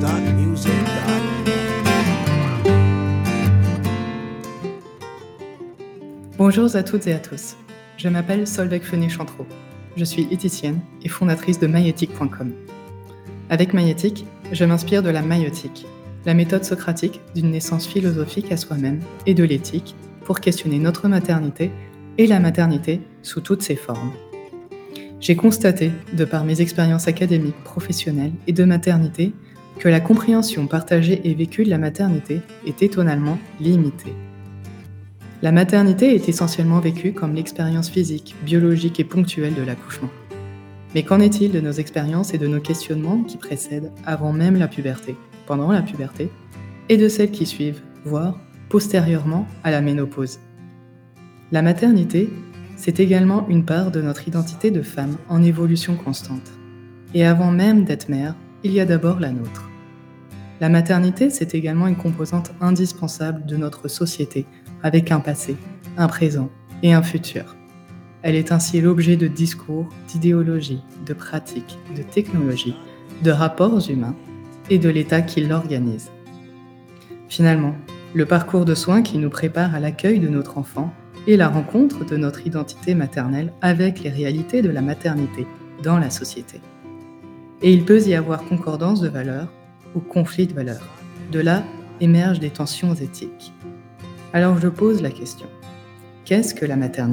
Bonjour à toutes et à tous. Je m'appelle Solveig Fenet-Chantreau. Je suis éthicienne et fondatrice de maïéthique.com. Avec maïéthique, je m'inspire de la maïeutique, la méthode socratique d'une naissance philosophique à soi-même et de l'éthique pour questionner notre maternité et la maternité sous toutes ses formes. J'ai constaté, de par mes expériences académiques, professionnelles et de maternité, que la compréhension partagée et vécue de la maternité est étonnamment limitée. La maternité est essentiellement vécue comme l'expérience physique, biologique et ponctuelle de l'accouchement. Mais qu'en est-il de nos expériences et de nos questionnements qui précèdent avant même la puberté, pendant la puberté, et de celles qui suivent, voire postérieurement à la ménopause ? La maternité, c'est également une part de notre identité de femme en évolution constante. Et avant même d'être mère, il y a d'abord la nôtre. La maternité, c'est également une composante indispensable de notre société, avec un passé, un présent et un futur. Elle est ainsi l'objet de discours, d'idéologies, de pratiques, de technologies, de rapports humains et de l'État qui l'organise. Finalement, le parcours de soins qui nous prépare à l'accueil de notre enfant et la rencontre de notre identité maternelle avec les réalités de la maternité dans la société. Et il peut y avoir concordance de valeurs ou conflit de valeurs. De là émergent des tensions éthiques. Alors je pose la question, qu'est-ce que la maternité ?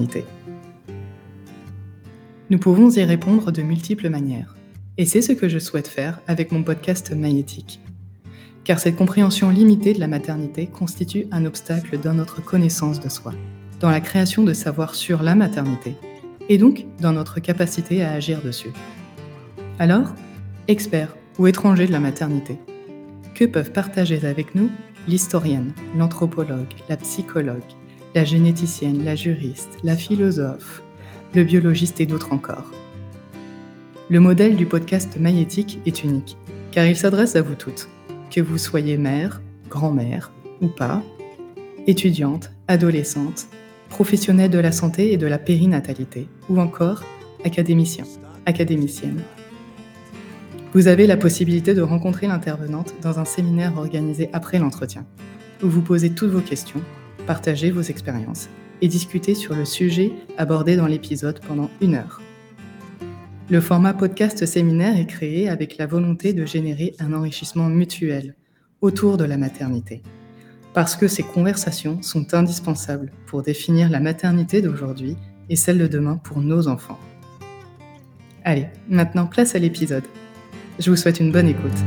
Nous pouvons y répondre de multiples manières, et c'est ce que je souhaite faire avec mon podcast Maïéthique. Car cette compréhension limitée de la maternité constitue un obstacle dans notre connaissance de soi, dans la création de savoir sur la maternité, et donc dans notre capacité à agir dessus. Alors, experts ou étrangers de la maternité, que peuvent partager avec nous l'historienne, l'anthropologue, la psychologue, la généticienne, la juriste, la philosophe, le biologiste et d'autres encore. Le modèle du podcast Maïéthique est unique, car il s'adresse à vous toutes, que vous soyez mère, grand-mère ou pas, étudiante, adolescente, professionnelle de la santé et de la périnatalité, ou encore académicien, académicienne. Vous avez la possibilité de rencontrer l'intervenante dans un séminaire organisé après l'entretien, où vous posez toutes vos questions, partagez vos expériences et discutez sur le sujet abordé dans l'épisode pendant 1 heure. Le format podcast séminaire est créé avec la volonté de générer un enrichissement mutuel autour de la maternité, parce que ces conversations sont indispensables pour définir la maternité d'aujourd'hui et celle de demain pour nos enfants. Allez, maintenant place à l'épisode. Je vous souhaite une bonne écoute.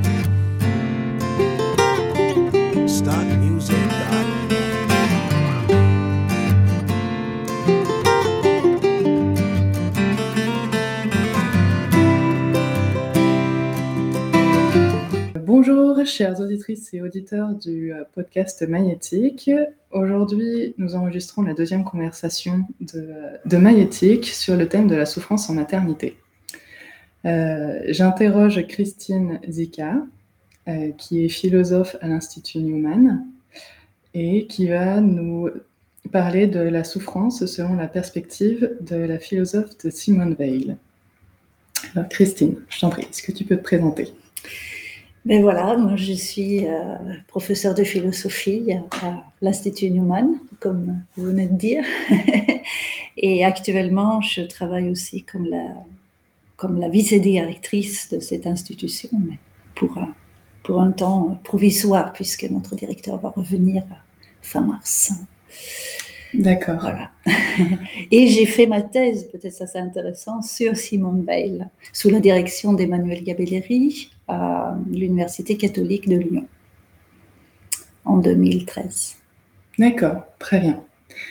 Bonjour, chères auditrices et auditeurs du podcast Maïéthique. Aujourd'hui, nous enregistrons la 2e conversation de Maïéthique sur le thème de la souffrance en maternité. J'interroge Christine Zika, qui est philosophe à l'Institut Newman et qui va nous parler de la souffrance selon la perspective de la philosophe de Simone Weil. Alors Christine, je t'en prie, est-ce que tu peux te présenter ? Ben voilà, moi je suis professeure de philosophie à l'Institut Newman, comme vous venez de dire, et actuellement je travaille aussi comme la vice-directrice de cette institution, mais pour un temps provisoire, puisque notre directeur va revenir fin mars. D'accord. Voilà. Et j'ai fait ma thèse, peut-être ça c'est intéressant, sur Simone Weil, sous la direction d'Emmanuel Gabelleri à l'Université catholique de Lyon, en 2013. D'accord, très bien.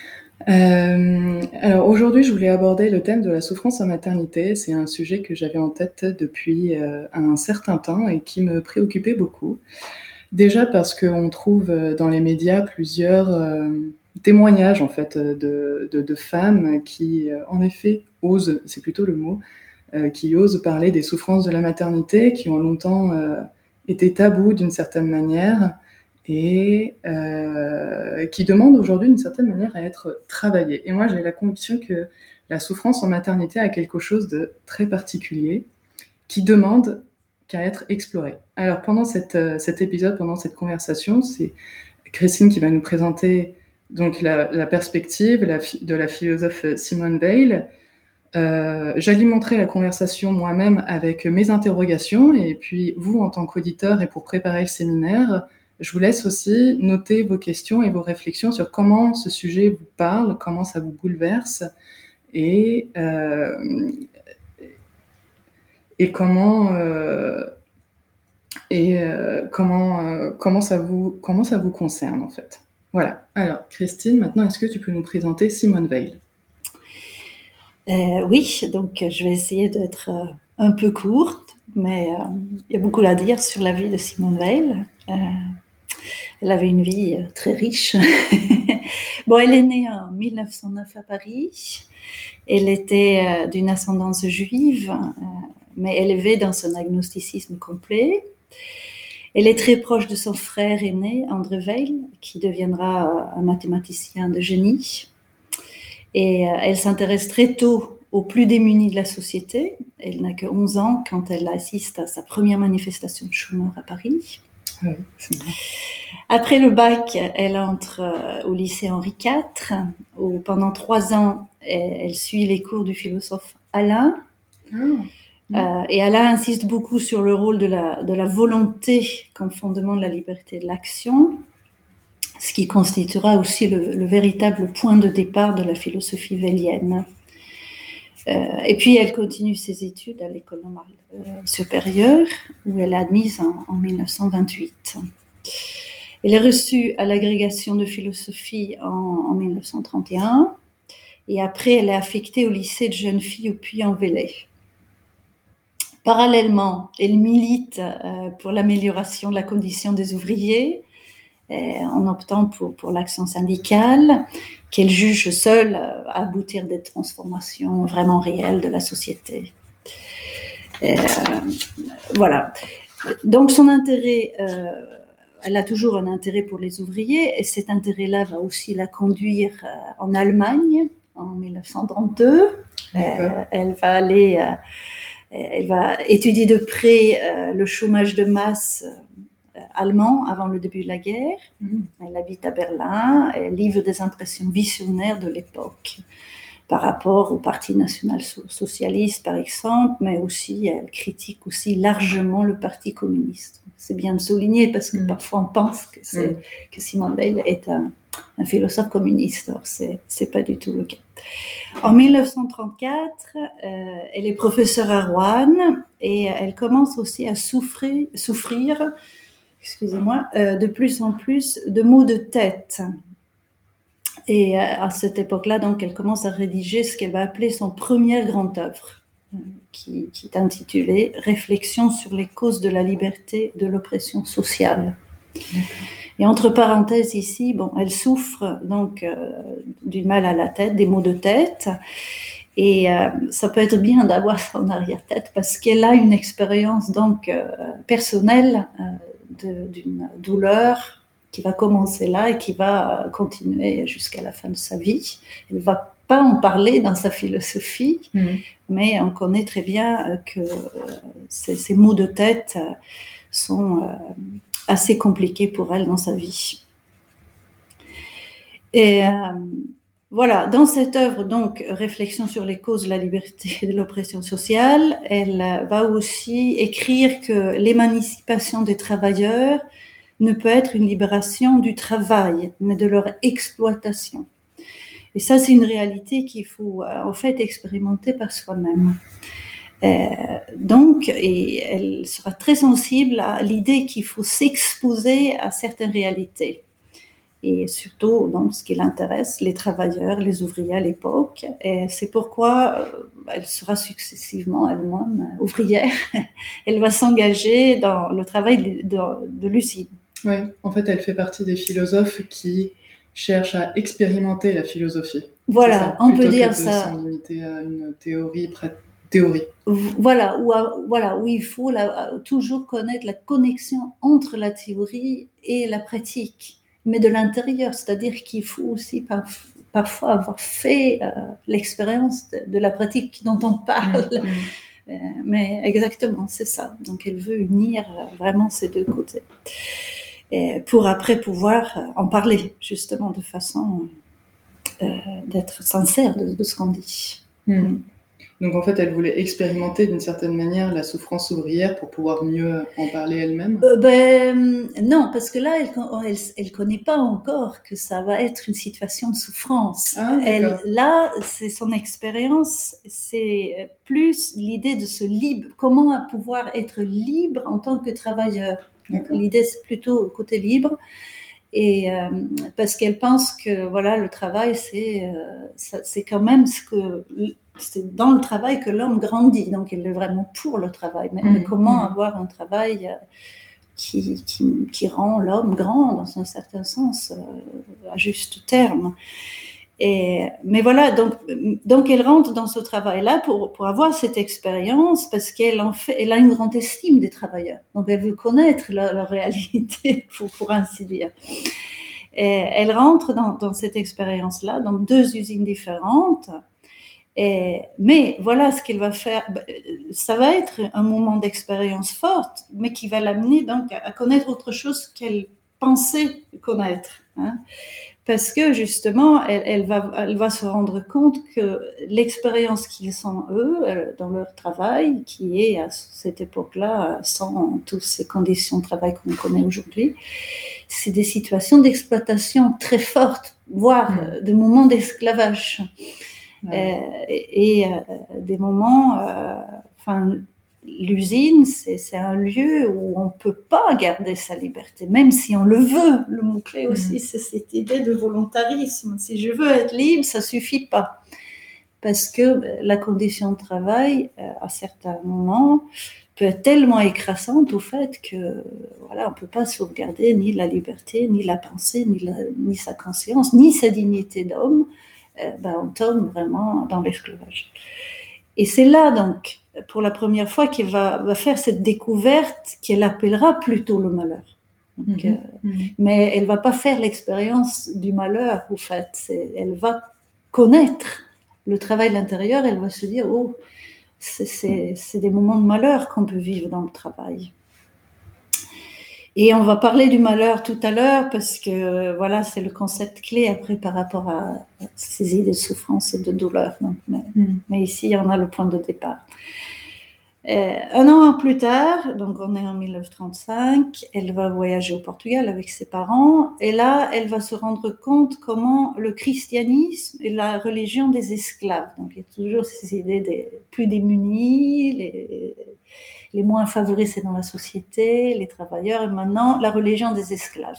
Alors aujourd'hui, je voulais aborder le thème de la souffrance en maternité. C'est un sujet que j'avais en tête depuis un certain temps et qui me préoccupait beaucoup. Déjà parce qu'on trouve dans les médias plusieurs témoignages en fait, de femmes qui, en effet, osent, c'est plutôt le mot, qui osent parler des souffrances de la maternité, qui ont longtemps été tabous d'une certaine manière, et qui demandent aujourd'hui d'une certaine manière à être travaillées. Et moi, j'ai la conviction que la souffrance en maternité a quelque chose de très particulier, qui demande qu'à être exploré. Alors pendant cet épisode, pendant cette conversation, c'est Christine qui va nous présenter donc la perspective de la philosophe Simone Weil. J'alimenterai la conversation moi-même avec mes interrogations, et puis vous, en tant qu'auditeur et pour préparer le séminaire, je vous laisse aussi noter vos questions et vos réflexions sur comment ce sujet vous parle, comment ça vous bouleverse, et comment ça vous concerne en fait. Voilà. Alors Christine, maintenant, est-ce que tu peux nous présenter Simone Weil? Oui, donc je vais essayer d'être un peu courte, mais il y a beaucoup à dire sur la vie de Simone Weil. Elle avait une vie très riche. Bon, elle est née en 1909 à Paris. Elle était d'une ascendance juive, mais élevée dans son agnosticisme complet. Elle est très proche de son frère aîné, André Weil, qui deviendra un mathématicien de génie. Et elle s'intéresse très tôt aux plus démunis de la société. Elle n'a que 11 ans quand elle assiste à sa première manifestation de chômeurs à Paris. Oui, c'est vrai. Après le bac, elle entre au lycée Henri IV, où pendant 3 ans, elle suit les cours du philosophe Alain. Et Alain insiste beaucoup sur le rôle de la volonté comme fondement de la liberté de l'action, ce qui constituera aussi le véritable point de départ de la philosophie weilienne. Et puis elle continue ses études à l'école normale supérieure, où elle est admise en 1928. Elle est reçue à l'agrégation de philosophie en 1931, et après elle est affectée au lycée de jeunes filles au Puy-en-Velay. Parallèlement, elle milite pour l'amélioration de la condition des ouvriers, en optant pour l'action syndicale, qu'elle juge seule à aboutir des transformations vraiment réelles de la société. Voilà. Donc son intérêt, elle a toujours un intérêt pour les ouvriers, et cet intérêt-là va aussi la conduire en Allemagne en 1932. Elle va étudier de près le chômage de masse allemand avant le début de la guerre. Elle habite à Berlin, elle livre des impressions visionnaires de l'époque par rapport au Parti national-socialiste, par exemple, mais aussi elle critique aussi largement le Parti communiste. C'est bien de souligner parce que parfois on pense que Simone Weil est un philosophe communiste. Alors c'est pas du tout le cas. En 1934, elle est professeure à Roanne et elle commence aussi à souffrir de plus en plus de maux de tête. Et à cette époque-là, donc, elle commence à rédiger ce qu'elle va appeler son première grande œuvre, qui est intitulée « Réflexion sur les causes de la liberté de l'oppression sociale ». Et entre parenthèses ici, elle souffre donc du mal à la tête, des maux de tête, et ça peut être bien d'avoir ça en arrière-tête parce qu'elle a une expérience donc personnelle d'une douleur qui va commencer là et qui va continuer jusqu'à la fin de sa vie. Elle ne va pas en parler dans sa philosophie, mais on connaît très bien que ces maux de tête sont assez compliqués pour elle dans sa vie. Et voilà, dans cette œuvre, donc, Réflexion sur les causes de la liberté et de l'oppression sociale, elle va aussi écrire que l'émancipation des travailleurs ne peut être une libération du travail, mais de leur exploitation. Et ça, c'est une réalité qu'il faut en fait expérimenter par soi-même. Donc, et elle sera très sensible à l'idée qu'il faut s'exposer à certaines réalités. Et surtout, donc, ce qui l'intéresse, les travailleurs, les ouvriers à l'époque. Et c'est pourquoi elle sera successivement elle-même ouvrière. Elle va s'engager dans le travail de l'usine. Oui, en fait, elle fait partie des philosophes qui cherchent à expérimenter la philosophie. Voilà, ça, on peut dire ça. Plutôt que de s'en limiter à une théorie. Voilà, où il faut toujours connaître la connexion entre la théorie et la pratique, mais de l'intérieur, c'est-à-dire qu'il faut aussi parfois avoir fait l'expérience de la pratique dont on parle. Mais exactement, c'est ça. Donc elle veut unir vraiment ces deux côtés. Et pour après pouvoir en parler, justement, de façon d'être sincère de ce qu'on dit. Donc en fait, elle voulait expérimenter d'une certaine manière la souffrance ouvrière pour pouvoir mieux en parler elle-même. Non, parce que là, elle connaît pas encore que ça va être une situation de souffrance. Là, c'est son expérience, c'est plus l'idée de se libre, comment pouvoir être libre en tant que travailleur. L'idée, c'est plutôt côté libre. Et parce qu'elle pense que voilà, le travail, c'est quand même c'est dans le travail que l'homme grandit. Donc, elle est vraiment pour le travail. Mais comment avoir un travail qui rend l'homme grand, dans un certain sens, à juste terme. Mais voilà, donc elle rentre dans ce travail-là pour avoir cette expérience, parce elle a une grande estime des travailleurs. Donc elle veut connaître leur réalité, pour ainsi dire. Et elle rentre dans cette expérience-là, dans 2 usines différentes. Mais voilà ce qu'elle va faire. Ça va être un moment d'expérience forte, mais qui va l'amener donc à connaître autre chose qu'elle pensait connaître. Parce que justement, elle va se rendre compte que l'expérience qu'ils ont, eux, dans leur travail, qui est à cette époque-là, sans toutes ces conditions de travail qu'on connaît aujourd'hui, c'est des situations d'exploitation très fortes, voire des moments d'esclavage. Des moments... l'usine, c'est un lieu où on ne peut pas garder sa liberté, même si on le veut. Le mot-clé aussi, c'est cette idée de volontarisme. Si je veux être libre, ça ne suffit pas. Parce que la condition de travail, à certains moments, peut être tellement écrasante au fait que voilà, on ne peut pas sauvegarder ni la liberté, ni la pensée, ni sa conscience, ni sa dignité d'homme. On tombe vraiment dans l'esclavage. Et c'est là, donc, pour la première fois, qu'elle va faire cette découverte qu'elle appellera plutôt le malheur. Donc, mais elle ne va pas faire l'expérience du malheur, au fait. Elle va connaître le travail de l'intérieur, elle va se dire, oh, c'est des moments de malheur qu'on peut vivre dans le travail. Et on va parler du malheur tout à l'heure, parce que voilà, c'est le concept clé après par rapport à ces idées de souffrance et de douleur. Donc, mais ici, on a le point de départ. 1 an plus tard, donc on est en 1935, elle va voyager au Portugal avec ses parents, et là, elle va se rendre compte comment le christianisme est la religion des esclaves. Donc, il y a toujours ces idées des plus démunis, les moins favorisés dans la société, les travailleurs, et maintenant la religion des esclaves.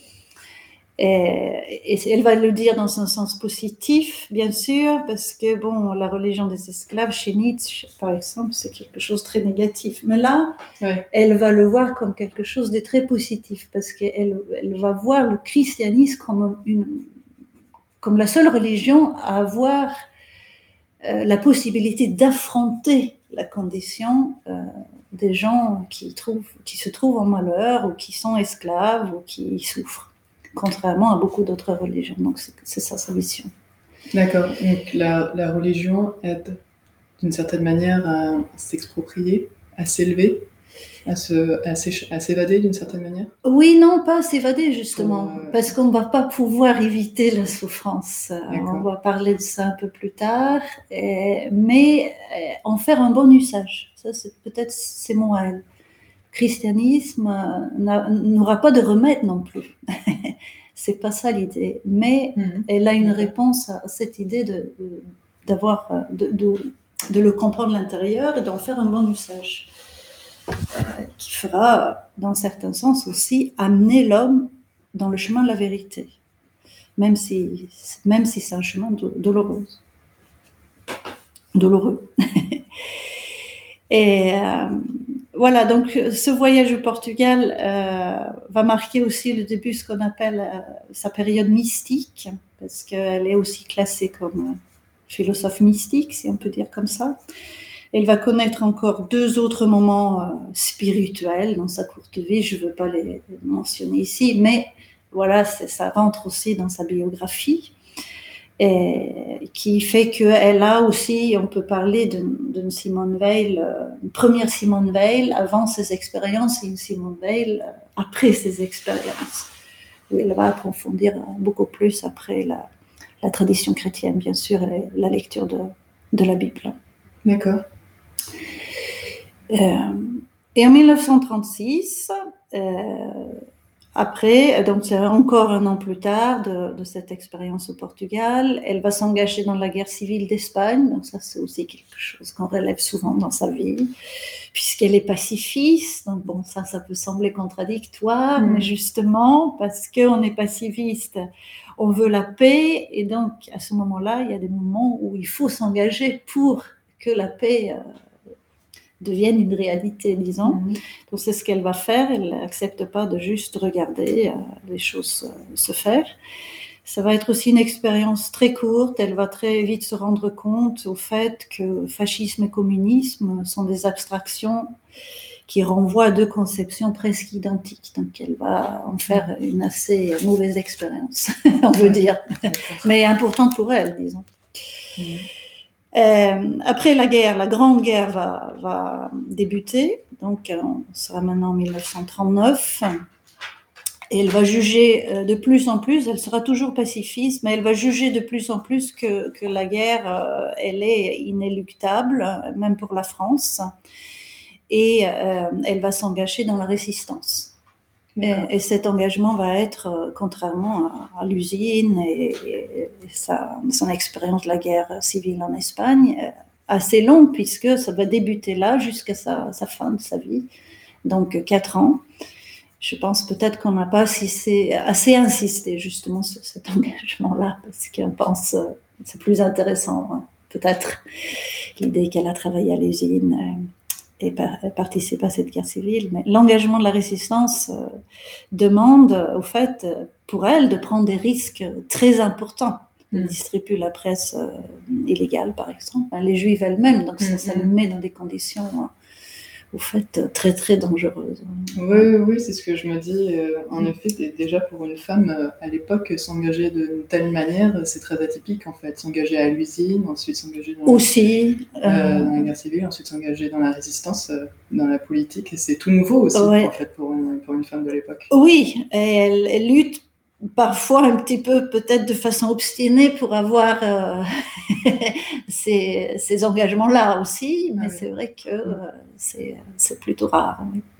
Et elle va le dire dans un sens positif, bien sûr, parce que bon, la religion des esclaves chez Nietzsche, par exemple, c'est quelque chose de très négatif. Mais là, elle va le voir comme quelque chose de très positif, parce qu'elle va voir le christianisme comme la seule religion à avoir la possibilité d'affronter la condition des gens qui se trouvent en malheur, ou qui sont esclaves, ou qui souffrent, contrairement à beaucoup d'autres religions. Donc c'est ça sa mission. D'accord. Donc la religion aide d'une certaine manière à s'exproprier, à s'élever, à s'évader d'une certaine manière? Oui, non, pas à s'évader justement, parce qu'on ne va pas pouvoir éviter la souffrance. On va parler de ça un peu plus tard, mais en faire un bon usage. Ça, c'est peut-être ses mots à elle. Le christianisme n'aura pas de remède non plus. C'est pas ça l'idée, mais elle a une réponse à cette idée de le comprendre de l'intérieur et d'en faire un bon usage. Qui fera, dans certains sens aussi, amener l'homme dans le chemin de la vérité, même si c'est un chemin douloureux. Et voilà, donc ce voyage au Portugal va marquer aussi le début, ce qu'on appelle sa période mystique, parce qu'elle est aussi classée comme philosophe mystique, si on peut dire comme ça. Elle va connaître encore 2 autres moments spirituels dans sa courte vie. Je ne veux pas les mentionner ici, mais voilà, ça rentre aussi dans sa biographie. Et qui fait qu'elle a aussi, on peut parler d'une Simone Weil, une première Simone Weil avant ses expériences et une Simone Weil après ses expériences, où elle va approfondir beaucoup plus après la tradition chrétienne, bien sûr, et la lecture de la Bible. D'accord. Et en 1936, après, donc c'est encore un an plus tard de cette expérience au Portugal, elle va s'engager dans la guerre civile d'Espagne, donc ça c'est aussi quelque chose qu'on relève souvent dans sa vie, puisqu'elle est pacifiste, donc bon, ça peut sembler contradictoire, mais justement, parce qu'on est pacifiste, on veut la paix, et donc à ce moment-là, il y a des moments où il faut s'engager pour que la paix devienne une réalité, disons. Donc c'est ce qu'elle va faire, elle n'accepte pas de juste regarder les choses se faire. Ça va être aussi une expérience très courte, elle va très vite se rendre compte au fait que fascisme et communisme sont des abstractions qui renvoient à deux conceptions presque identiques. Donc elle va en faire une assez mauvaise expérience, on veut dire, mais importante pour elle, disons. Après la guerre, la Grande Guerre va débuter, donc on sera maintenant en 1939, et elle va juger de plus en plus, elle sera toujours pacifiste, mais elle va juger de plus en plus que la guerre, elle est inéluctable, même pour la France, et elle va s'engager dans la résistance. Et cet engagement va être, contrairement à l'usine et son expérience de la guerre civile en Espagne, assez longue, puisque ça va débuter là jusqu'à sa fin de sa vie, donc 4 ans. Je pense peut-être qu'on n'a pas assez insisté justement sur cet engagement-là, parce qu'on pense que c'est plus intéressant, hein, peut-être, l'idée qu'elle a travaillé à l'usine et participe à cette guerre civile. Mais l'engagement de la résistance demande, au fait, pour elle, de prendre des risques très importants. Elle distribue la presse illégale, par exemple, les Juifs elles-mêmes, donc ça nous met dans des conditions, au fait, très, très dangereuses. Oui, c'est ce que je me dis. En effet, déjà pour une femme, à l'époque, s'engager de telle manière, c'est très atypique, en fait. S'engager à l'usine, ensuite s'engager dans la guerre civile, ensuite s'engager dans la résistance, dans la politique. Et c'est tout nouveau aussi, en fait, pour une femme de l'époque. Oui, et elle lutte parfois un petit peu, peut-être de façon obstinée, pour avoir ces engagements-là aussi, mais c'est vrai que c'est plutôt rare.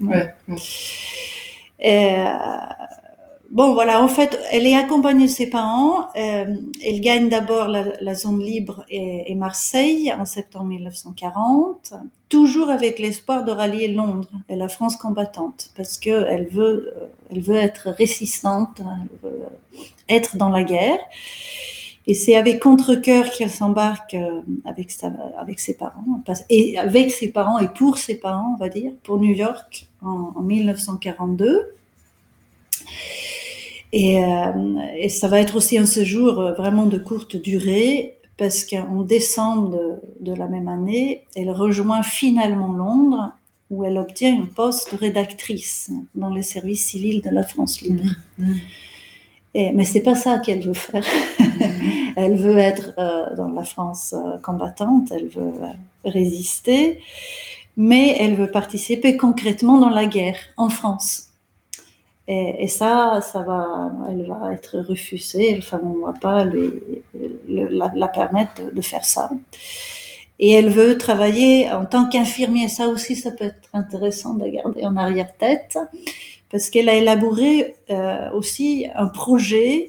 Bon, voilà, en fait, elle est accompagnée de ses parents. Elle gagne d'abord la zone libre et Marseille en septembre 1940, toujours avec l'espoir de rallier Londres et la France combattante, parce qu'elle veut être résistante, elle veut être dans la guerre. Et c'est avec contre-cœur qu'elle s'embarque avec ses parents, et avec ses parents et pour ses parents, on va dire, pour New York en 1942. Et ça va être aussi un séjour vraiment de courte durée, parce qu'en décembre de la même année, elle rejoint finalement Londres, où elle obtient un poste de rédactrice dans les services civils de la France libre. Mais c'est pas ça qu'elle veut faire. Elle veut être dans la France combattante, elle veut résister, mais elle veut participer concrètement dans la guerre en France. Et ça elle va être refusée, enfin, on ne va pas la permettre de faire ça. Et elle veut travailler en tant qu'infirmière. Ça aussi, ça peut être intéressant de garder en arrière-tête, parce qu'elle a élaboré aussi un projet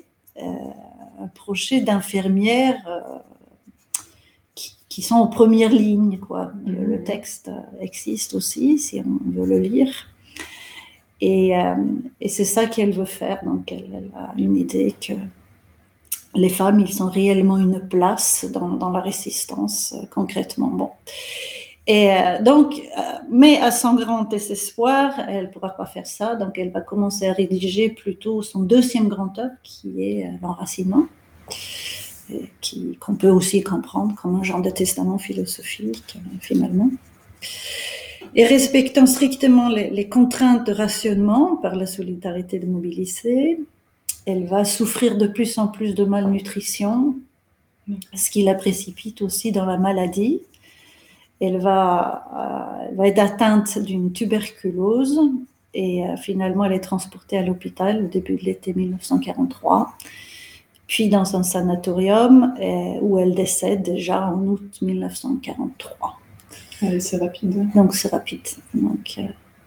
d'infirmières qui sont en première ligne, quoi. Le texte existe aussi, si on veut le lire. Et c'est ça qu'elle veut faire. Donc elle a une idée que les femmes, ils ont réellement une place dans la résistance, concrètement. Bon. Et donc, mais à son grand désespoir, elle ne pourra pas faire ça. Donc elle va commencer à rédiger plutôt son deuxième grand œuvre, qui est l'Enracinement, qu'on peut aussi comprendre comme un genre de testament philosophique, finalement. Et respectant strictement les contraintes de rationnement par la solidarité de mobilisés, elle va souffrir de plus en plus de malnutrition ce qui la précipite aussi dans la maladie. Elle va être atteinte d'une tuberculose et finalement elle est transportée à l'hôpital au début de l'été 1943, puis dans un sanatorium où elle décède déjà en août 1943. Allez, c'est rapide. Donc c'est rapide. Donc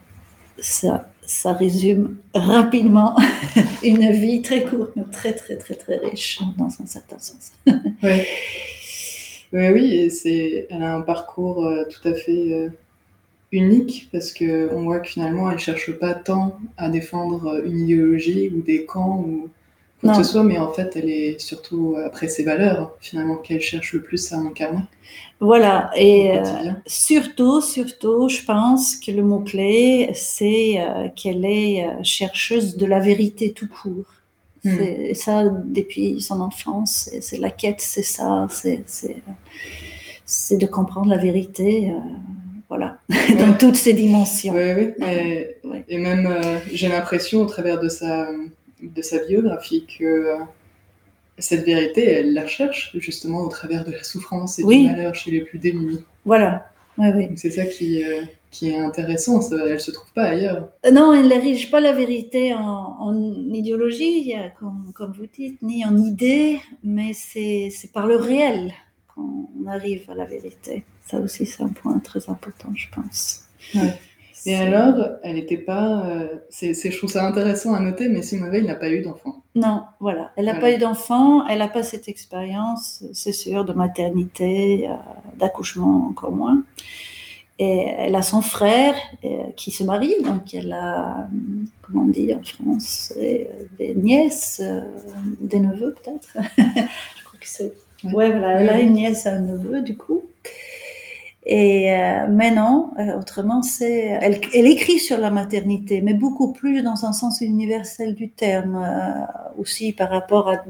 ça résume rapidement une vie très courte, mais très très très très riche dans un certain sens. Ouais. Oui, et elle a un parcours tout à fait unique parce qu'on voit que finalement elle ne cherche pas tant à défendre une idéologie ou des camps ou quoi que ce soit, mais en fait elle est surtout après ses valeurs finalement qu'elle cherche le plus à incarner. Voilà, et surtout, je pense que le mot-clé, c'est qu'elle est chercheuse de la vérité tout court. C'est ça, depuis son enfance, c'est la quête, c'est ça, c'est de comprendre la vérité, voilà, dans toutes ses dimensions. Oui, et même j'ai l'impression au travers de sa biographie que cette vérité, elle la cherche justement au travers de la souffrance et du malheur chez les plus démunis. Voilà, oui. Donc c'est ça qui est intéressant, ça, elle ne se trouve pas ailleurs. Non, elle n'érige pas la vérité en idéologie, comme vous dites, ni en idée, mais c'est par le réel qu'on arrive à la vérité. Ça aussi, c'est un point très important, je pense. Ouais. Et alors, elle n'était pas... je trouve ça intéressant à noter, mais Simone Veil n'a pas eu d'enfant. Non, voilà. Elle n'a pas eu d'enfant, elle n'a pas cette expérience, c'est sûr, de maternité, d'accouchement encore moins. Et elle a son frère qui se marie, donc elle a, comment on dit en France, des nièces, des neveux peut-être. Je crois que c'est... Ouais, voilà, elle a une nièce et un neveu du coup. Et mais non, autrement, elle écrit sur la maternité, mais beaucoup plus dans un sens universel du terme, aussi par rapport à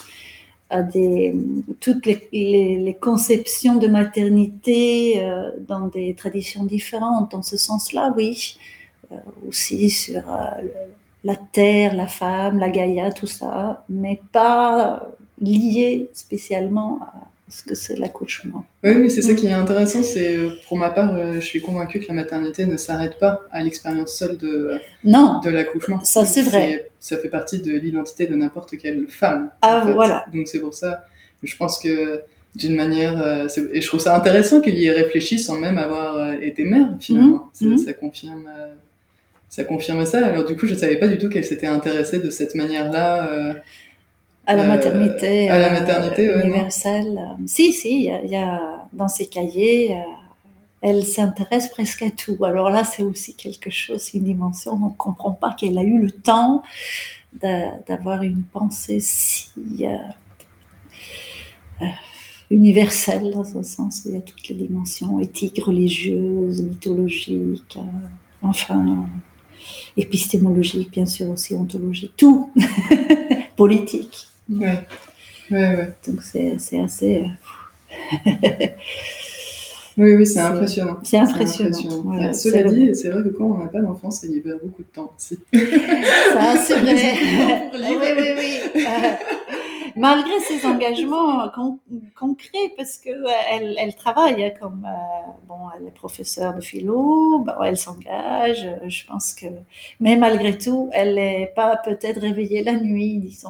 toutes les conceptions de maternité dans des traditions différentes. Dans ce sens-là, oui. Aussi sur la terre, la femme, la Gaïa, tout ça, mais pas lié spécialement à ce que c'est l'accouchement. Oui, c'est ça qui est intéressant. C'est, pour ma part, je suis convaincue que la maternité ne s'arrête pas à l'expérience seule de l'accouchement. Ça, c'est vrai. Ça fait partie de l'identité de n'importe quelle femme. Ah, en fait. Voilà. Donc c'est pour ça, je pense que d'une manière... et je trouve ça intéressant qu'elle y ait réfléchi sans même avoir été mère, finalement. Ça confirme ça. Alors du coup, je ne savais pas du tout qu'elle s'était intéressée de cette manière-là... à la maternité, universelle. Non. Si, il y a dans ses cahiers, elle s'intéresse presque à tout. Alors là, c'est aussi quelque chose, une dimension, on ne comprend pas qu'elle a eu le temps d'avoir une pensée si universelle, dans un sens où il y a toutes les dimensions éthiques, religieuses, mythologiques, enfin, épistémologiques, bien sûr aussi ontologiques, tout, politique. Ouais. Donc c'est assez... oui, c'est impressionnant. C'est impressionnant. Voilà, cela dit, c'est vrai que quand on n'a pas d'enfant, ça libère beaucoup de temps aussi. Ça, c'est vrai. Oui. Malgré ses engagements concrets, parce qu'elle travaille comme... elle est professeure de philo, elle s'engage, je pense que... Mais malgré tout, elle n'est pas peut-être réveillée la nuit, disons.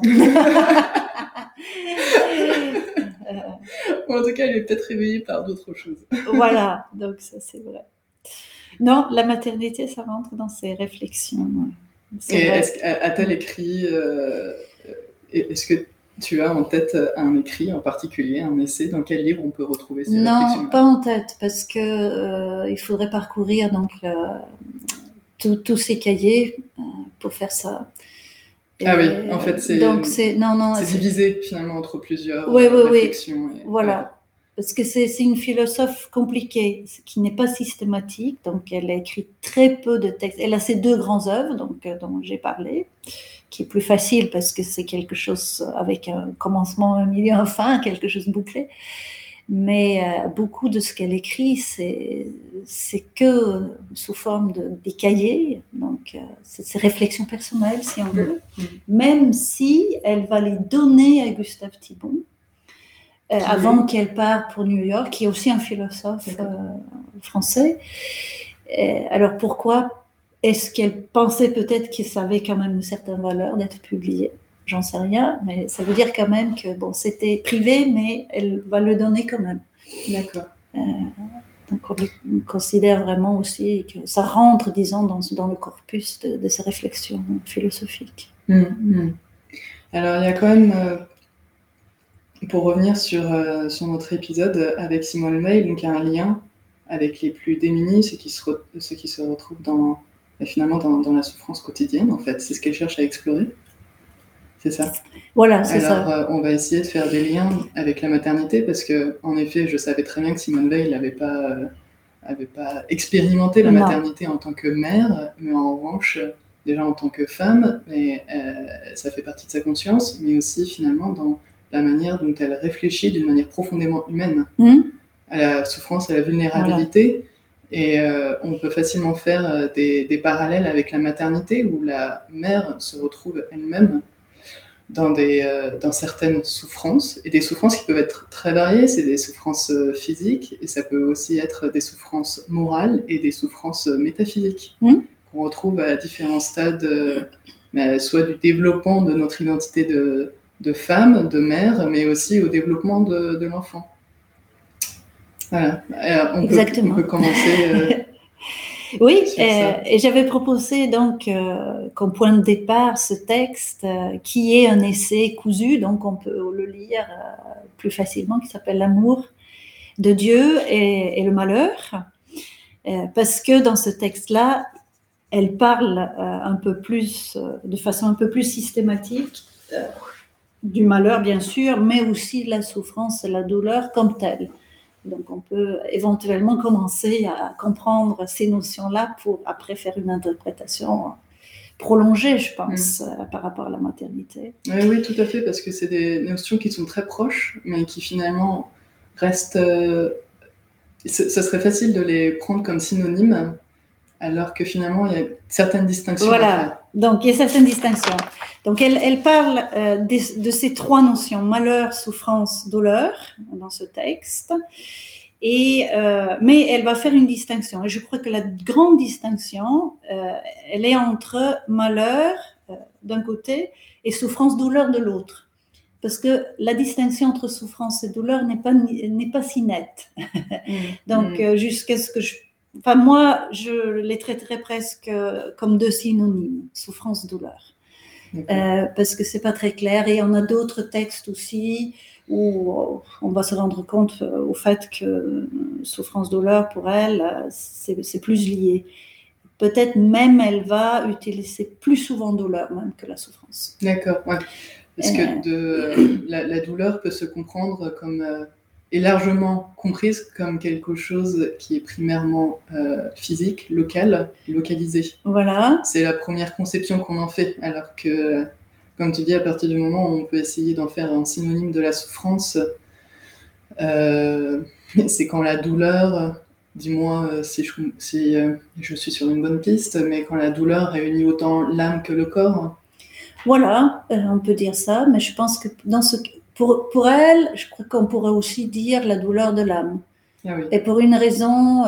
En tout cas, elle est peut-être réveillée par d'autres choses. Voilà, donc ça c'est vrai. Non, la maternité, ça rentre dans ses réflexions. Et a-t-elle écrit... est-ce que tu as en tête un écrit en particulier, un essai, dans quel livre on peut retrouver ces réflexions-là? Non, pas en tête, parce que il faudrait parcourir donc tous ces cahiers pour faire ça. Et oui, en fait, c'est divisé finalement entre plusieurs réflexions. Oui. Voilà, parce que c'est une philosophe compliquée, qui n'est pas systématique, donc elle a écrit très peu de textes. Elle a ses 2 grandes œuvres dont j'ai parlé, qui est plus facile parce que c'est quelque chose avec un commencement, un milieu, un fin, quelque chose de bouclé. Mais beaucoup de ce qu'elle écrit, c'est que sous forme des cahiers, donc c'est ses réflexions personnelles, si on veut, même si elle va les donner à Gustave Thibon, avant qu'elle parte pour New York, qui est aussi un philosophe français. Alors pourquoi est-ce qu'elle pensait peut-être qu'il avait quand même une certaine valeur d'être publié? J'en sais rien, mais ça veut dire quand même que bon, c'était privé, mais elle va le donner quand même. D'accord. Donc on considère vraiment aussi que ça rentre, disons, dans le corpus de ses réflexions philosophiques. Alors il y a quand même, pour revenir sur notre épisode avec Simone Weil, donc il y a un lien avec les plus démunis, ceux qui se retrouvent finalement dans la souffrance quotidienne, en fait. C'est ce qu'elle cherche à explorer. C'est ça. Voilà, c'est ça. Alors, on va essayer de faire des liens avec la maternité, parce que, en effet, je savais très bien que Simone Weil n'avait pas expérimenté la maternité en tant que mère, mais en revanche, déjà en tant que femme, mais ça fait partie de sa conscience, mais aussi finalement dans la manière dont elle réfléchit d'une manière profondément humaine à la souffrance, à la vulnérabilité. Voilà. Et on peut facilement faire des parallèles avec la maternité, où la mère se retrouve elle-même dans certaines souffrances, et des souffrances qui peuvent être très variées. C'est des souffrances physiques, et ça peut aussi être des souffrances morales et des souffrances métaphysiques qu'on retrouve à différents stades, soit du développement de notre identité de femme, de mère, mais aussi au développement de l'enfant. Voilà. On peut commencer... Oui, et j'avais proposé donc comme point de départ ce texte qui est un essai cousu, donc on peut le lire plus facilement, qui s'appelle L'amour de Dieu et le malheur, parce que dans ce texte-là, elle parle un peu plus, de façon un peu plus systématique du malheur bien sûr, mais aussi de la souffrance et la douleur comme telle. Donc, on peut éventuellement commencer à comprendre ces notions-là pour après faire une interprétation prolongée, je pense, par rapport à la maternité. Oui, tout à fait, parce que c'est des notions qui sont très proches, mais qui finalement restent... ça serait facile de les prendre comme synonymes, alors que finalement, il y a certaines distinctions à faire. Donc il y a certaines distinctions. Donc elle parle de ces trois notions, malheur, souffrance, douleur, dans ce texte. Mais elle va faire une distinction. Et je crois que la grande distinction, elle est entre malheur d'un côté et souffrance, douleur de l'autre. Parce que la distinction entre souffrance et douleur n'est pas si nette. Donc jusqu'à ce que Enfin, moi, je les traiterais presque comme deux synonymes, souffrance-douleur. Parce que c'est pas très clair. Et on a d'autres textes aussi où on va se rendre compte au fait que souffrance-douleur, pour elle, c'est plus lié. Peut-être même elle va utiliser plus souvent douleur même que la souffrance. D'accord, ouais. Parce que la douleur peut se comprendre comme... est largement comprise comme quelque chose qui est primairement physique, local, localisé. Voilà. C'est la première conception qu'on en fait, alors que, comme tu dis, à partir du moment où on peut essayer d'en faire un synonyme de la souffrance, c'est quand la douleur, dis-moi si je suis sur une bonne piste, mais quand la douleur réunit autant l'âme que le corps. Voilà, on peut dire ça, mais je pense que pour elle, je crois qu'on pourrait aussi dire la douleur de l'âme. Ah oui. Et pour une raison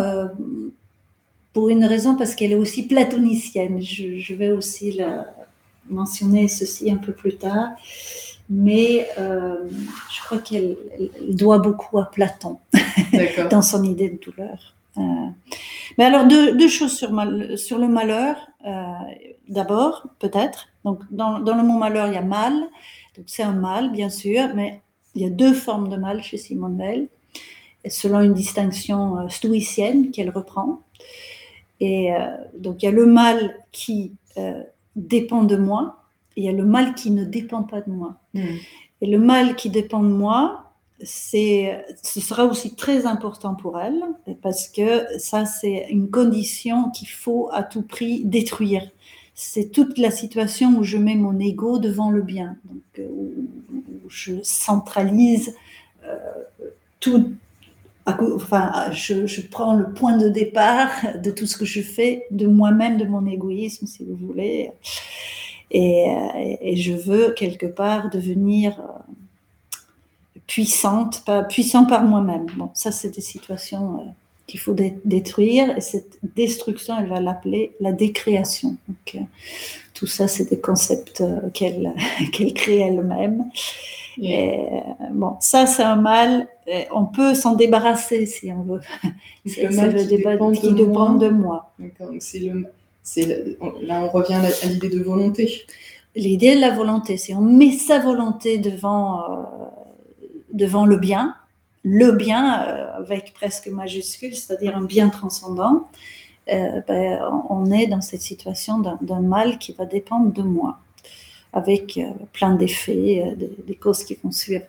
parce qu'elle est aussi platonicienne. Je vais aussi mentionner ceci un peu plus tard, mais je crois qu'elle doit beaucoup à Platon dans son idée de douleur. Mais alors deux choses sur le malheur. D'abord, peut-être. Donc, dans le mot malheur, il y a mal. Donc, c'est un mal, bien sûr, mais il y a deux formes de mal chez Simone Weil, selon une distinction stoïcienne qu'elle reprend. Et donc, il y a le mal qui dépend de moi, et il y a le mal qui ne dépend pas de moi. Et le mal qui dépend de moi, ce sera aussi très important pour elle, parce que ça, c'est une condition qu'il faut à tout prix détruire. C'est toute la situation où je mets mon ego devant le bien, donc, où je centralise tout. Enfin, je prends le point de départ de tout ce que je fais, de moi-même, de mon égoïsme, si vous voulez, et je veux quelque part devenir puissante, pas puissant par moi-même. Bon, ça, c'est des situations qu'il faut détruire, et cette destruction, elle va l'appeler la décréation. Donc, tout ça, c'est des concepts qu'elle crée elle-même. Et, bon, ça, c'est un mal. On peut s'en débarrasser si on veut. C'est le mal qui dépend de moi. D'accord. Donc là, on revient à l'idée de volonté. L'idée de la volonté, si on met sa volonté devant le bien avec presque majuscule, c'est-à-dire un bien transcendant, on est dans cette situation d'un mal qui va dépendre de moi, avec plein d'effets, des causes qui vont suivre.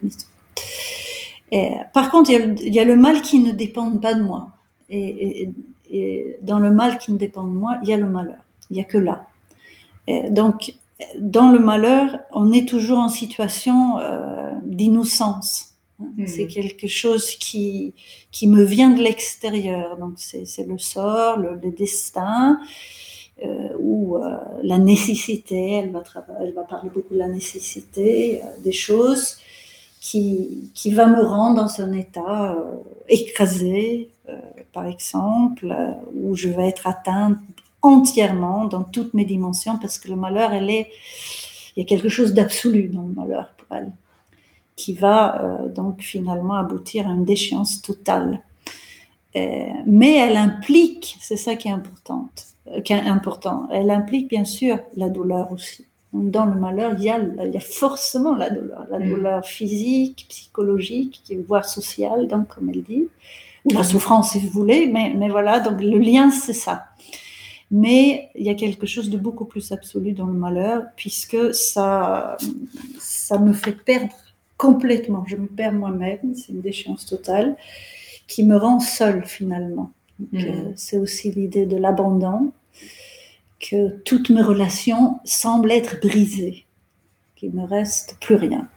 Par contre, il y a le mal qui ne dépend pas de moi. Et dans le mal qui ne dépend de moi, il y a le malheur. Il n'y a que là. Donc, dans le malheur, on est toujours en situation d'innocence. C'est quelque chose qui me vient de l'extérieur. Donc, c'est le sort, le destin, ou la nécessité. Elle va parler beaucoup de la nécessité, des choses qui va me rendre dans un état écrasé, par exemple, où je vais être atteinte entièrement dans toutes mes dimensions, parce que le malheur, il y a quelque chose d'absolu dans le malheur pour elle, qui va donc finalement aboutir à une déchéance totale. Mais elle implique, c'est ça qui est important, elle implique bien sûr la douleur aussi. Donc, dans le malheur, il y a forcément la douleur physique, psychologique, voire sociale, donc, comme elle dit, ou la souffrance si vous voulez, mais voilà, donc le lien c'est ça. Mais il y a quelque chose de beaucoup plus absolu dans le malheur, puisque ça me fait perdre complètement, je me perds moi-même, c'est une déchéance totale, qui me rend seule finalement. Donc, c'est aussi l'idée de l'abandon, que toutes mes relations semblent être brisées, qu'il ne me reste plus rien.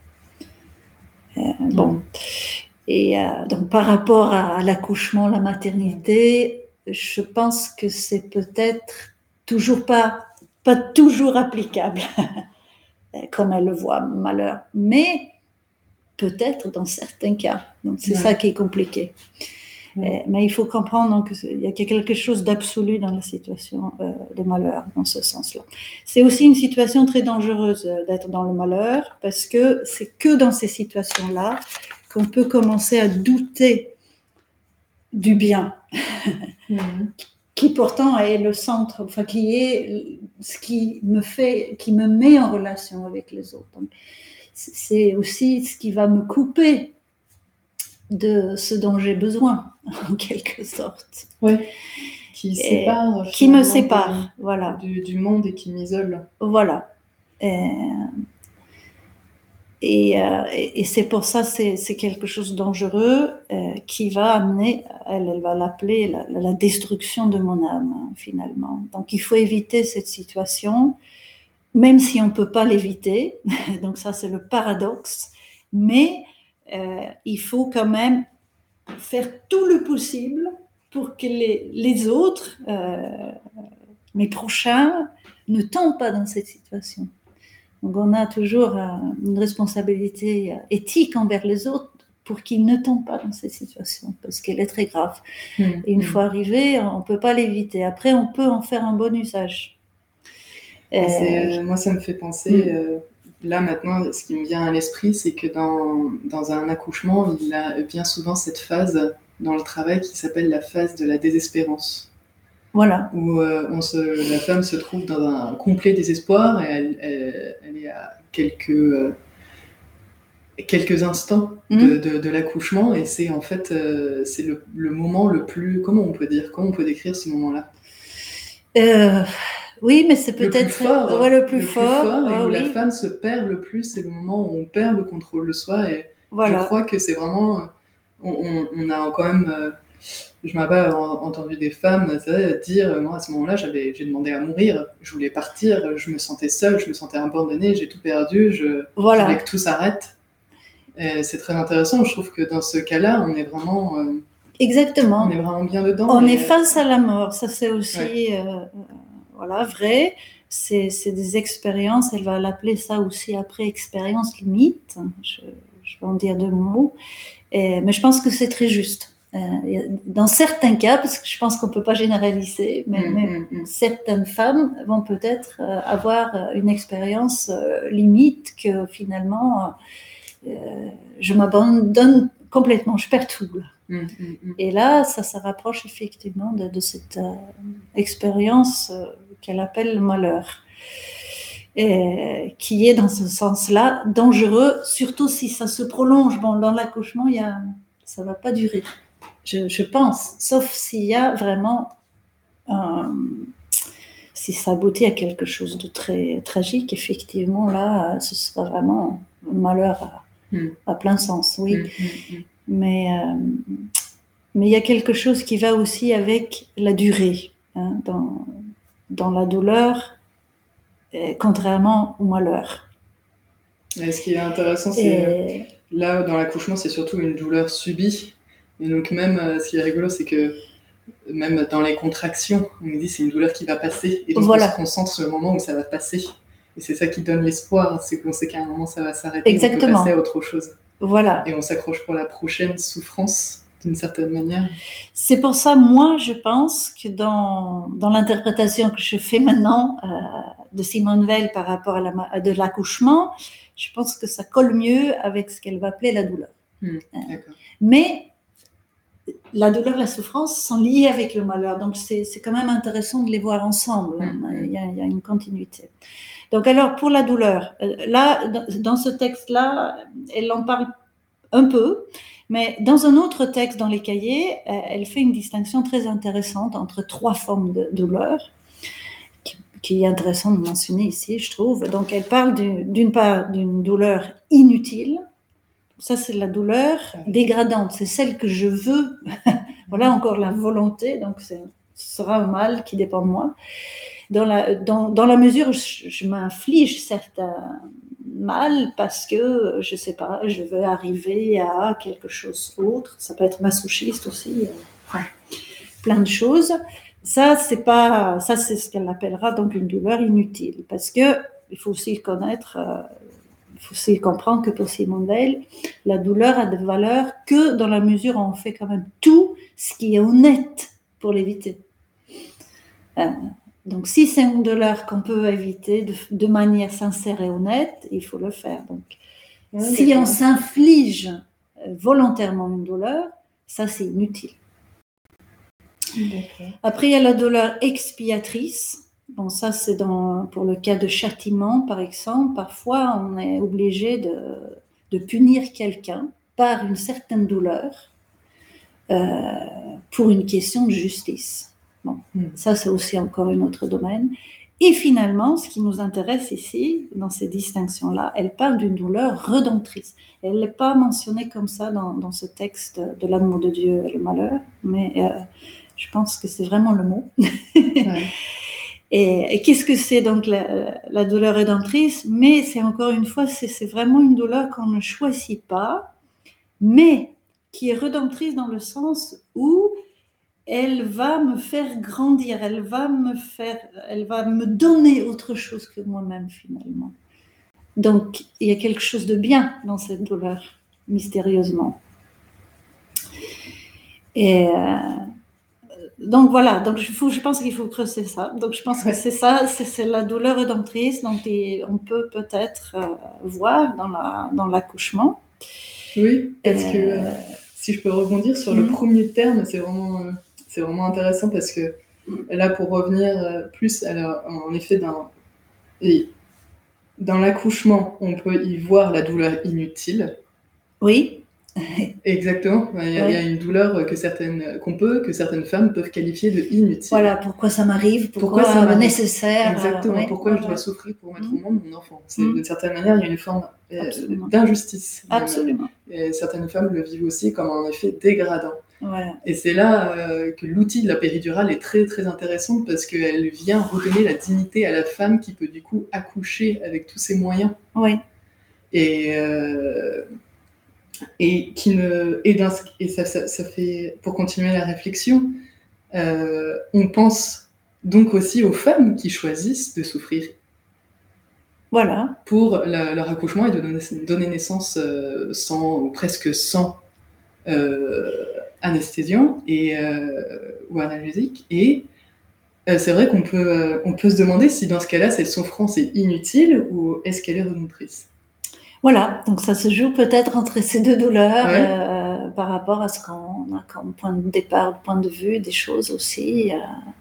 Bon. Et donc par rapport à l'accouchement, la maternité, je pense que c'est peut-être toujours pas toujours applicable, comme elle le voit, malheur, mais peut-être dans certains cas. Donc c'est ça qui est compliqué. Mais il faut comprendre qu'il y a quelque chose d'absolu dans la situation de malheur, dans ce sens-là. C'est aussi une situation très dangereuse d'être dans le malheur, parce que c'est que dans ces situations-là qu'on peut commencer à douter du bien, qui pourtant est le centre, enfin qui est ce qui me met en relation avec les autres. Donc, c'est aussi ce qui va me couper de ce dont j'ai besoin, en quelque sorte. Oui, qui me sépare, voilà. Du monde et qui m'isole. Voilà. Et c'est pour ça, c'est quelque chose de dangereux qui va amener, elle va l'appeler la destruction de mon âme, finalement. Donc, il faut éviter cette situation, même si on ne peut pas l'éviter. Donc, ça, c'est le paradoxe. Mais il faut quand même faire tout le possible pour que les autres, mes prochains, ne tombent pas dans cette situation. Donc on a toujours une responsabilité éthique envers les autres pour qu'ils ne tombent pas dans cette situation, parce qu'elle est très grave. Et une fois arrivé, on ne peut pas l'éviter. Après, on peut en faire un bon usage. Moi, ça me fait penser... Là, maintenant, ce qui me vient à l'esprit, c'est que dans un accouchement, il y a bien souvent cette phase dans le travail qui s'appelle la phase de la désespérance. Voilà. Où la femme se trouve dans un complet désespoir, et elle est à quelques instants de l'accouchement, et c'est en fait c'est le moment le plus... Comment on peut décrire ce moment-là? Oui, mais c'est peut-être le plus fort, et où la femme se perd le plus, c'est le moment où on perd le contrôle de soi. Et voilà. Je crois que c'est vraiment... On a quand même... je m'avais entendu des femmes dire, moi à ce moment-là, j'ai demandé à mourir, je voulais partir, je me sentais seule, je me sentais abandonnée, j'ai tout perdu, je voulais que tout s'arrête. Et c'est très intéressant, je trouve que dans ce cas-là, on est vraiment... Exactement. On est vraiment bien dedans. On est face à la mort, ça c'est aussi... voilà, vrai, c'est des expériences, elle va l'appeler ça aussi après expérience limite, je je vais en dire 2 mots. Mais je pense que c'est très juste. Dans certains cas, parce que je pense qu'on ne peut pas généraliser, mais certaines femmes vont peut-être avoir une expérience limite que finalement, je m'abandonne complètement, je perds tout. Et là, ça rapproche effectivement de cette expérience qu'elle appelle le malheur. Qui est dans ce sens-là dangereux, surtout si ça se prolonge. Bon, dans l'accouchement, ça ne va pas durer, je pense, sauf s'il y a vraiment, si ça aboutit à quelque chose de très tragique, effectivement, là, ce sera vraiment un malheur à plein sens, oui. Mais il y a quelque chose qui va aussi avec la durée, hein, dans la douleur, contrairement au malheur. Et ce qui est intéressant, c'est là, dans l'accouchement, c'est surtout une douleur subie. Et donc même, ce qui est rigolo, c'est que même dans les contractions, on nous dit c'est une douleur qui va passer. Et donc on se concentre sur le moment où ça va passer. Et c'est ça qui donne l'espoir, c'est qu'on sait qu'à un moment ça va s'arrêter, on peut passer à autre chose. Voilà. Et on s'accroche pour la prochaine souffrance, d'une certaine manière. C'est pour ça, moi, je pense que dans l'interprétation que je fais maintenant de Simone Weil par rapport à de l'accouchement, je pense que ça colle mieux avec ce qu'elle va appeler la douleur. Mais la douleur et la souffrance sont liées avec le malheur, donc c'est quand même intéressant de les voir ensemble. Il y a une continuité. Donc alors, pour la douleur, là, dans ce texte-là, elle en parle un peu, mais dans un autre texte dans les cahiers, elle fait une distinction très intéressante entre 3 formes de douleur, qui est intéressant de mentionner ici, je trouve. Donc elle parle d'une part d'une douleur inutile. Ça, c'est la douleur dégradante, c'est celle que je veux. Voilà encore la volonté, donc ce sera un mal qui dépend de moi. Dans la mesure où je m'inflige certains mal parce que, je ne sais pas, je veux arriver à quelque chose d'autre. Ça peut être masochiste aussi, plein de choses. Ça, c'est ce qu'elle appellera donc une douleur inutile. Parce que il faut aussi connaître, il faut aussi comprendre que pour Simone Weil, la douleur a de valeur que dans la mesure où on fait quand même tout ce qui est honnête pour l'éviter. Donc, si c'est une douleur qu'on peut éviter de manière sincère et honnête, il faut le faire. Donc, si on s'inflige volontairement une douleur, ça, c'est inutile. Après, il y a la douleur expiatrice. Bon, ça, c'est pour le cas de châtiment, par exemple. Parfois, on est obligé de punir quelqu'un par une certaine douleur pour une question de justice. Bon, ça, c'est aussi encore un autre domaine. Et finalement, ce qui nous intéresse ici, dans ces distinctions-là, elle parle d'une douleur rédemptrice. Elle n'est pas mentionnée comme ça dans ce texte de l'amour de Dieu et le malheur, mais je pense que c'est vraiment le mot. Et qu'est-ce que c'est donc la douleur rédemptrice? Mais c'est encore une fois, c'est vraiment une douleur qu'on ne choisit pas, mais qui est rédemptrice dans le sens où elle va me faire grandir, elle va me donner autre chose que moi-même finalement. Donc, il y a quelque chose de bien dans cette douleur, mystérieusement. Et donc voilà, donc je pense qu'il faut creuser ça. Donc je pense que c'est ça, c'est la douleur rédemptrice dont on peut peut-être voir dans l'accouchement. Oui, parce que si je peux rebondir sur le premier terme, c'est vraiment intéressant parce que là, pour revenir plus, alors, en effet, dans l'accouchement, on peut y voir la douleur inutile. Oui. Exactement. Il y a une douleur que certaines femmes peuvent qualifier de inutile. Voilà, pourquoi ça m'arrive, pourquoi ça m'arrive nécessaire. Exactement, pourquoi je dois souffrir pour mettre au monde mon enfant. D'une certaine manière, il y a une forme d'injustice. Absolument. Et certaines femmes le vivent aussi comme un effet dégradant. Voilà. Et c'est là que l'outil de la péridurale est très très intéressant parce qu'elle vient redonner la dignité à la femme qui peut du coup accoucher avec tous ses moyens. Oui. Et ça fait, pour continuer la réflexion, on pense donc aussi aux femmes qui choisissent de souffrir. Voilà. pour leur accouchement et de donner naissance presque sans anesthésiant ou analgésique. Et c'est vrai qu'on peut se demander si dans ce cas-là, cette souffrance est inutile ou est-ce qu'elle est rédemptrice. Voilà, donc ça se joue peut-être entre ces deux douleurs Ouais. par rapport à ce qu'on a comme point de départ, point de vue, des choses aussi.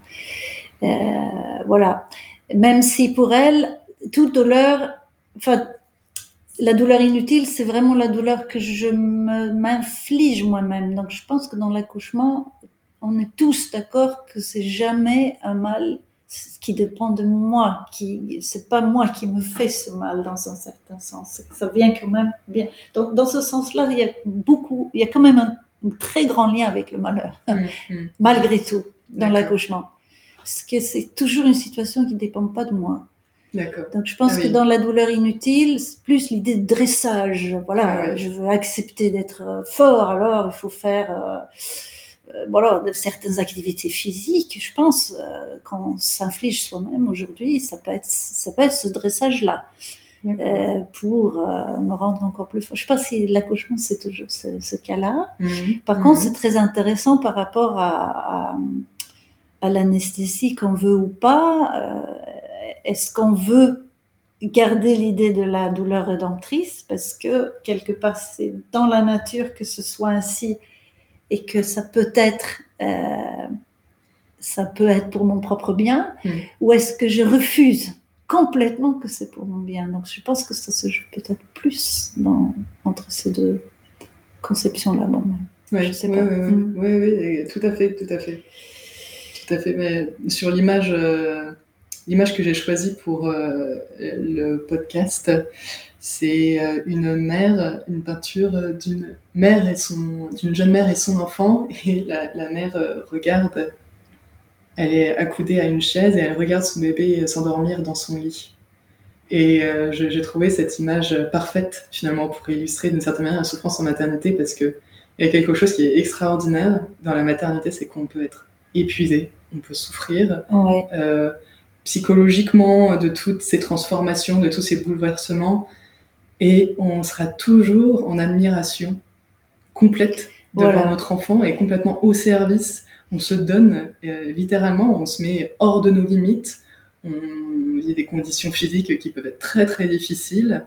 Voilà. Même si pour elle, toute douleur, enfin, la douleur inutile, c'est vraiment la douleur que je m'inflige moi-même. Donc je pense que dans l'accouchement, on est tous d'accord que c'est jamais un mal qui dépend de moi, c'est pas moi qui me fais ce mal dans un certain sens. Ça vient quand même bien. Donc dans ce sens-là, il y a quand même un très grand lien avec le malheur, malgré tout, dans l'accouchement. Parce que c'est toujours une situation qui ne dépend pas de moi. D'accord. Donc je pense que dans la douleur inutile, c'est plus l'idée de dressage. Voilà, ouais. Je veux accepter d'être fort, alors il faut faire de certaines activités physiques. Je pense qu'on s'inflige soi-même aujourd'hui, ça peut être ce dressage-là. Pour me rendre encore plus fort. Je ne sais pas si l'accouchement, c'est toujours ce cas-là. Par contre, c'est très intéressant par rapport à l'anesthésie, qu'on veut ou pas. Est-ce qu'on veut garder l'idée de la douleur rédemptrice, parce que quelque part, c'est dans la nature que ce soit ainsi, et que ça peut être pour mon propre bien, ou est-ce que je refuse complètement que c'est pour mon bien. Donc je pense que ça se joue peut-être plus entre ces deux conceptions-là. Bon, je sais pas. Oui, tout à fait. Mais sur l'image que j'ai choisie pour le podcast, c'est une peinture d'une jeune mère et son enfant, et la mère regarde. Elle est accoudée à une chaise et elle regarde son bébé s'endormir dans son lit. Et j'ai trouvé cette image parfaite, finalement, pour illustrer d'une certaine manière la souffrance en maternité, parce qu'il y a quelque chose qui est extraordinaire dans la maternité, c'est qu'on peut être épuisé, on peut souffrir psychologiquement de toutes ces transformations, de tous ces bouleversements, et on sera toujours en admiration complète devant notre enfant et complètement au service. On se donne littéralement, on se met hors de nos limites. Il y a des conditions physiques qui peuvent être très très difficiles.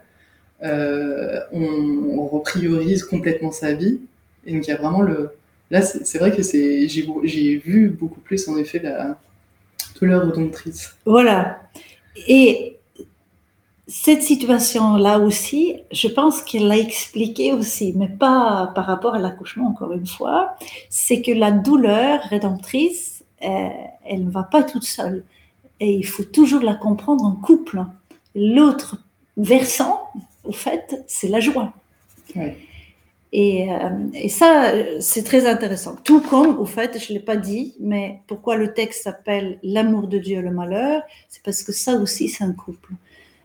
On repriorise complètement sa vie. Et donc il y a vraiment là, c'est vrai que j'ai vu beaucoup plus en effet la douleur rédemptrice. Voilà. Et cette situation-là aussi, je pense qu'elle l'a expliqué aussi, mais pas par rapport à l'accouchement, encore une fois, c'est que la douleur rédemptrice, elle ne va pas toute seule. Et il faut toujours la comprendre en couple. L'autre versant, au fait, c'est la joie. Ouais. Et ça, c'est très intéressant. Tout comme, au fait, je ne l'ai pas dit, mais pourquoi le texte s'appelle « L'amour de Dieu et le malheur », c'est parce que ça aussi, c'est un couple.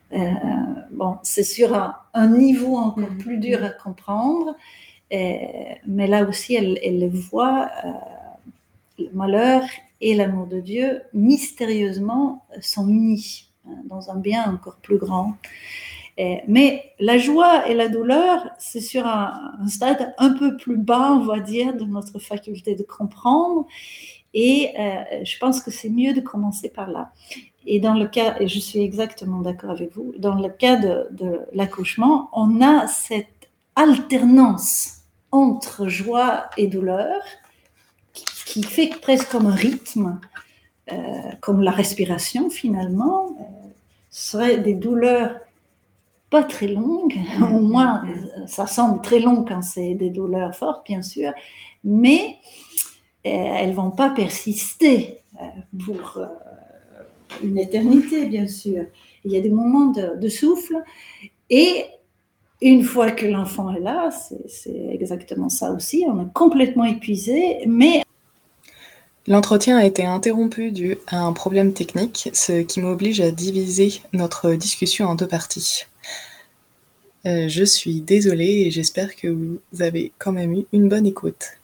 C'est sur un niveau encore plus dur à comprendre, mais là aussi, elle le voit, le malheur et l'amour de Dieu, mystérieusement, sont unis dans un bien encore plus grand. Mais la joie et la douleur, c'est sur un stade un peu plus bas, on va dire, de notre faculté de comprendre. Et je pense que c'est mieux de commencer par là. Et dans le cas, et je suis exactement d'accord avec vous, dans le cas de l'accouchement, on a cette alternance entre joie et douleur qui fait presque comme un rythme, comme la respiration finalement. Ce serait des douleurs pas très longues, au moins ça semble très long quand c'est des douleurs fortes, bien sûr, mais elles ne vont pas persister pour une éternité, bien sûr. Il y a des moments de souffle, et une fois que l'enfant est là, c'est exactement ça aussi, on est complètement épuisé, mais... L'entretien a été interrompu dû à un problème technique, ce qui m'oblige à diviser notre discussion en 2 parties. Je suis désolée et j'espère que vous avez quand même eu une bonne écoute.